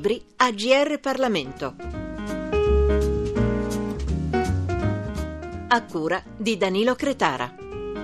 libri a GR Parlamento. A cura di Danilo Cretara.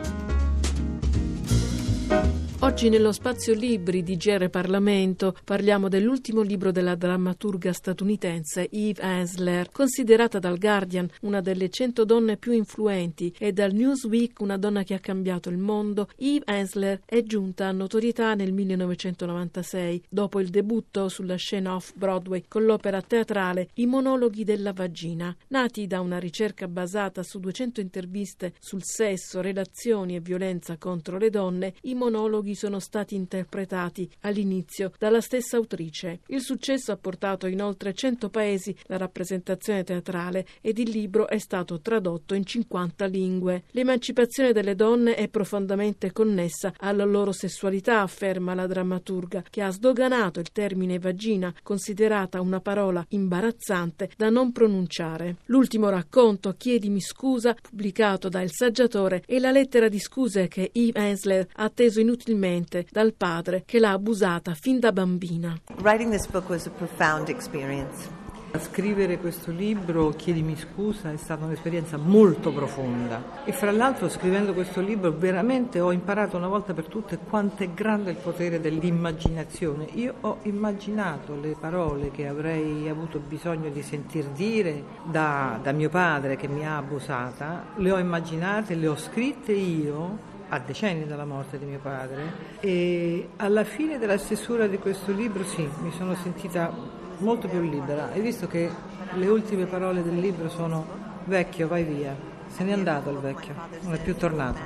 Oggi nello spazio libri di GR Parlamento parliamo dell'ultimo libro della drammaturga statunitense Eve Ensler, considerata dal Guardian una delle 100 donne più influenti e dal Newsweek una donna che ha cambiato il mondo. Eve Ensler è giunta a notorietà nel 1996 dopo il debutto sulla scena off-Broadway con l'opera teatrale I monologhi della vagina. Nati da una ricerca basata su 200 interviste sul sesso, relazioni e violenza contro le donne, i monologhi sono stati interpretati all'inizio dalla stessa autrice. Il successo ha portato in oltre 100 paesi la rappresentazione teatrale ed il libro è stato tradotto in 50 lingue. L'emancipazione delle donne è profondamente connessa alla loro sessualità, afferma la drammaturga, che ha sdoganato il termine vagina, considerata una parola imbarazzante da non pronunciare. L'ultimo racconto, Chiedimi scusa, pubblicato da Il Saggiatore, è la lettera di scuse che Eve Ensler ha atteso inutilmente dal padre che l'ha abusata fin da bambina. Writing this book was a profound experience. Scrivere questo libro, Chiedimi scusa, è stata un'esperienza molto profonda e fra l'altro scrivendo questo libro veramente ho imparato una volta per tutte quanto è grande il potere dell'immaginazione. Io ho immaginato le parole che avrei avuto bisogno di sentir dire da mio padre che mi ha abusata, le ho immaginate, le ho scritte io a decenni dalla morte di mio padre, e alla fine della stesura di questo libro sì, mi sono sentita molto più libera. Hai visto che le ultime parole del libro sono: vecchio, vai via. Se n'è andato il vecchio, non è più tornato.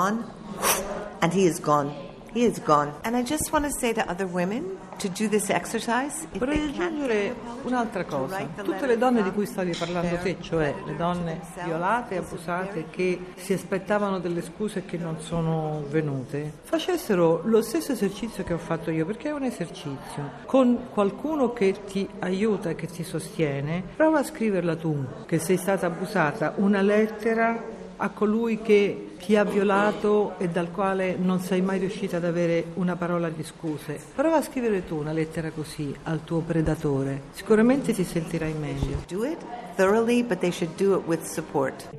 And he is gone. He is gone. And I just want to say to other women to do this exercise. Vorrei aggiungere un'altra cosa. Tutte le donne di cui stavi parlando te, cioè le donne violate e abusate che si aspettavano delle scuse che non sono venute, facessero lo stesso esercizio che ho fatto io, perché è un esercizio. Con qualcuno che ti aiuta e che ti sostiene, prova a scriverla tu, che sei stata abusata, una lettera a colui che ti ha violato e dal quale non sei mai riuscita ad avere una parola di scuse. Prova a scrivere tu una lettera così al tuo predatore, sicuramente ti sentirai meglio. Do it thoroughly, but they should do it with support.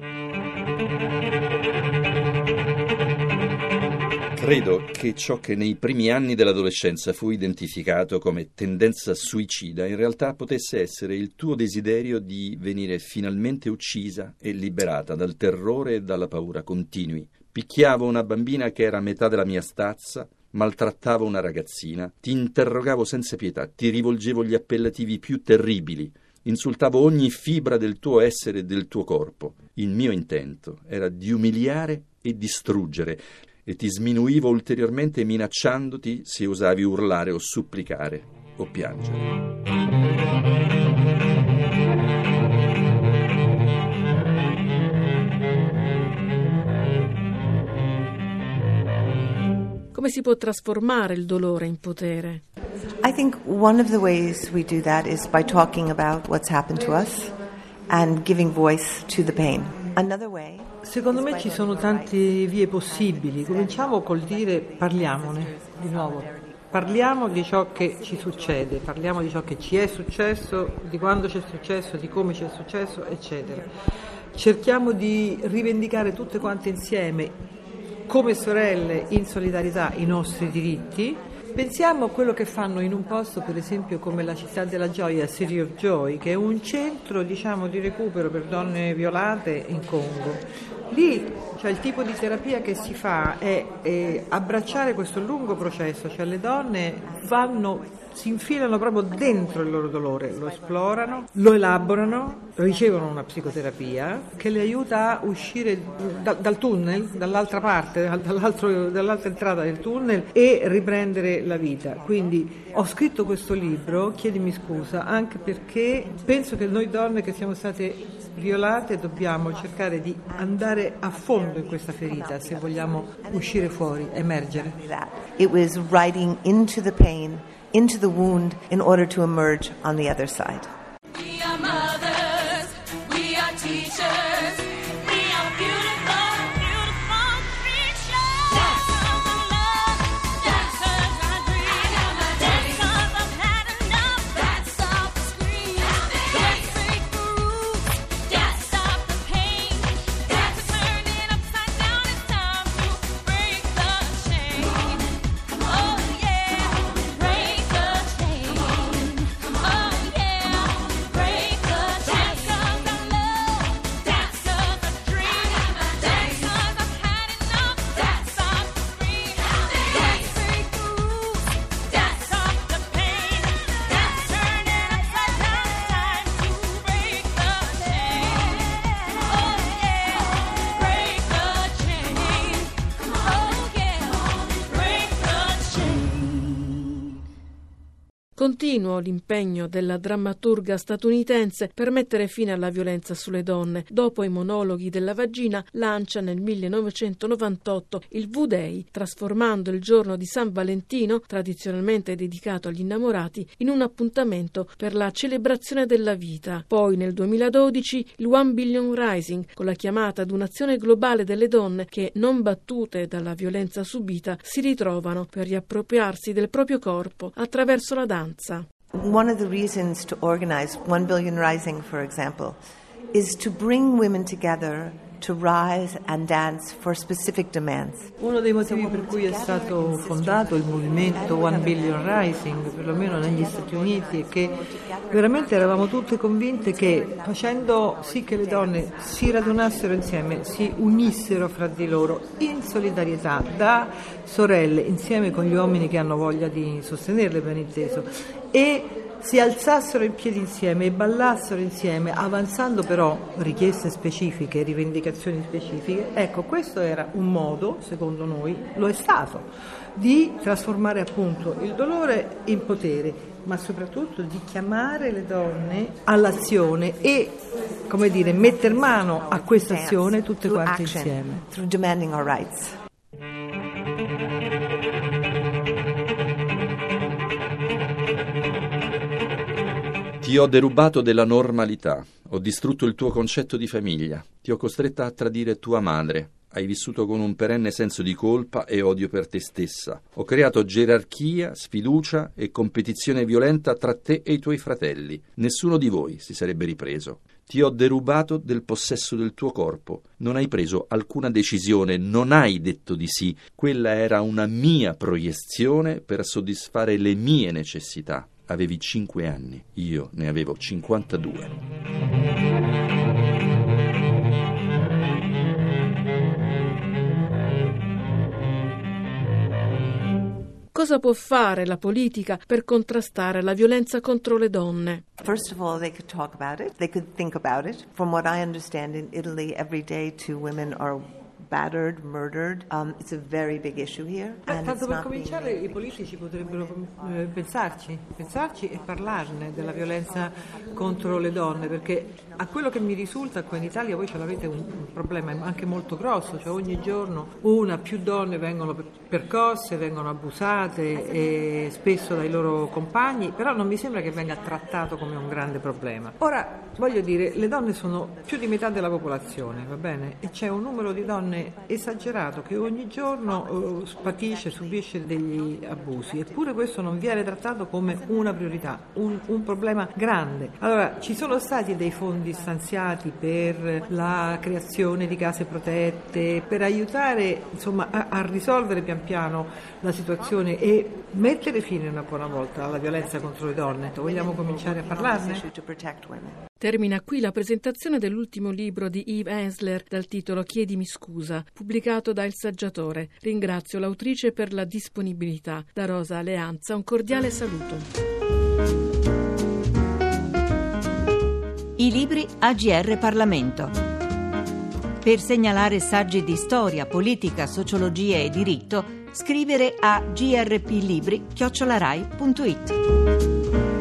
Credo che ciò che nei primi anni dell'adolescenza fu identificato come tendenza suicida in realtà potesse essere il tuo desiderio di venire finalmente uccisa e liberata dal terrore e dalla paura continui. Picchiavo una bambina che era a metà della mia stazza, maltrattavo una ragazzina, ti interrogavo senza pietà, ti rivolgevo gli appellativi più terribili, insultavo ogni fibra del tuo essere e del tuo corpo. Il mio intento era di umiliare e distruggere, e ti sminuivo ulteriormente minacciandoti se osavi urlare o supplicare o piangere. Come si può trasformare il dolore in potere? I think one of the ways we do that is by talking about what's happened to us and giving voice to the pain. Another way. Secondo me ci sono tante vie possibili. Cominciamo col dire parliamone di nuovo. Parliamo di ciò che ci succede, parliamo di ciò che ci è successo, di quando ci è successo, di come ci è successo, eccetera. Cerchiamo di rivendicare tutte quante insieme, come sorelle, in solidarietà, i nostri diritti. Pensiamo a quello che fanno in un posto, per esempio, come la Città della Gioia, City of Joy, che è un centro, di recupero per donne violate in Congo. Lì, cioè, il tipo di terapia che si fa è abbracciare questo lungo processo, cioè le donne si infilano proprio dentro il loro dolore, lo esplorano, lo elaborano, ricevono una psicoterapia che le aiuta a uscire dal tunnel, dall'altra parte, dall'altra entrata del tunnel, e riprendere la vita. Quindi ho scritto questo libro, Chiedimi scusa, anche perché penso che noi donne che siamo state violate dobbiamo cercare di andare a fondo in questa ferita se vogliamo uscire fuori, emergere. It was writing into the pain, into the wound, in order to emerge on the other side. We are mothers, we are teachers, we are beautiful, beautiful creatures. Dancers of love, dancers I dream, dancers I've had enough, that's Continuo l'impegno della drammaturga statunitense per mettere fine alla violenza sulle donne. Dopo i monologhi della vagina, lancia nel 1998 il V-Day, trasformando il giorno di San Valentino, tradizionalmente dedicato agli innamorati, in un appuntamento per la celebrazione della vita. Poi nel 2012 il One Billion Rising, con la chiamata ad un'azione globale delle donne che, non battute dalla violenza subita, si ritrovano per riappropriarsi del proprio corpo attraverso la danza. One of the reasons to organize 1 Billion Rising, for example, is to bring women together to rise and dance for specific demands. Uno dei motivi per cui è stato fondato il movimento 1 Billion Rising, perlomeno negli Stati Uniti, è che veramente eravamo tutte convinte che facendo sì che le donne si radunassero insieme, si unissero fra di loro in solidarietà, da sorelle, insieme con gli uomini che hanno voglia di sostenerle, ben inteso, e si alzassero in piedi insieme e ballassero insieme, avanzando però richieste specifiche, rivendicazioni specifiche. Ecco, questo era un modo, secondo noi, lo è stato, di trasformare appunto il dolore in potere, ma soprattutto di chiamare le donne all'azione e, come dire, metter mano a questa azione tutte quante insieme. Through demanding our rights. Ti ho derubato della normalità, ho distrutto il tuo concetto di famiglia, ti ho costretta a tradire tua madre, hai vissuto con un perenne senso di colpa e odio per te stessa, ho creato gerarchia, sfiducia e competizione violenta tra te e i tuoi fratelli, nessuno di voi si sarebbe ripreso. Ti ho derubato del possesso del tuo corpo, non hai preso alcuna decisione, non hai detto di sì, quella era una mia proiezione per soddisfare le mie necessità. Avevi 5 anni, io ne avevo 52. Cosa può fare la politica per contrastare la violenza contro le donne? First of all, they could talk about it. They could think about it. From what I understand, in Italy, every day 2 women are battered, murdered. It's a very big issue here. Tanto per cominciare i politici potrebbero pensarci e parlarne della violenza contro le donne, perché a quello che mi risulta qua in Italia voi ce l'avete un problema anche molto grosso, cioè ogni giorno più donne vengono percosse, vengono abusate e spesso dai loro compagni, però non mi sembra che venga trattato come un grande problema. Ora, voglio dire, le donne sono più di metà della popolazione, va bene? E c'è un numero di donne esagerato che ogni giorno subisce degli abusi, eppure questo non viene trattato come una priorità, un problema grande. Allora, ci sono stati dei fondi stanziati per la creazione di case protette, per aiutare insomma a risolvere pian piano la situazione e mettere fine una buona volta alla violenza contro le donne. Vogliamo cominciare a parlarne? Termina qui la presentazione dell'ultimo libro di Eve Ensler dal titolo Chiedimi scusa, pubblicato da Il Saggiatore. Ringrazio l'autrice per la disponibilità. Da Rosa Aleanza un cordiale saluto. I libri AGR Parlamento. Per segnalare saggi di storia, politica, sociologia e diritto, scrivere a grplibri@rai.it.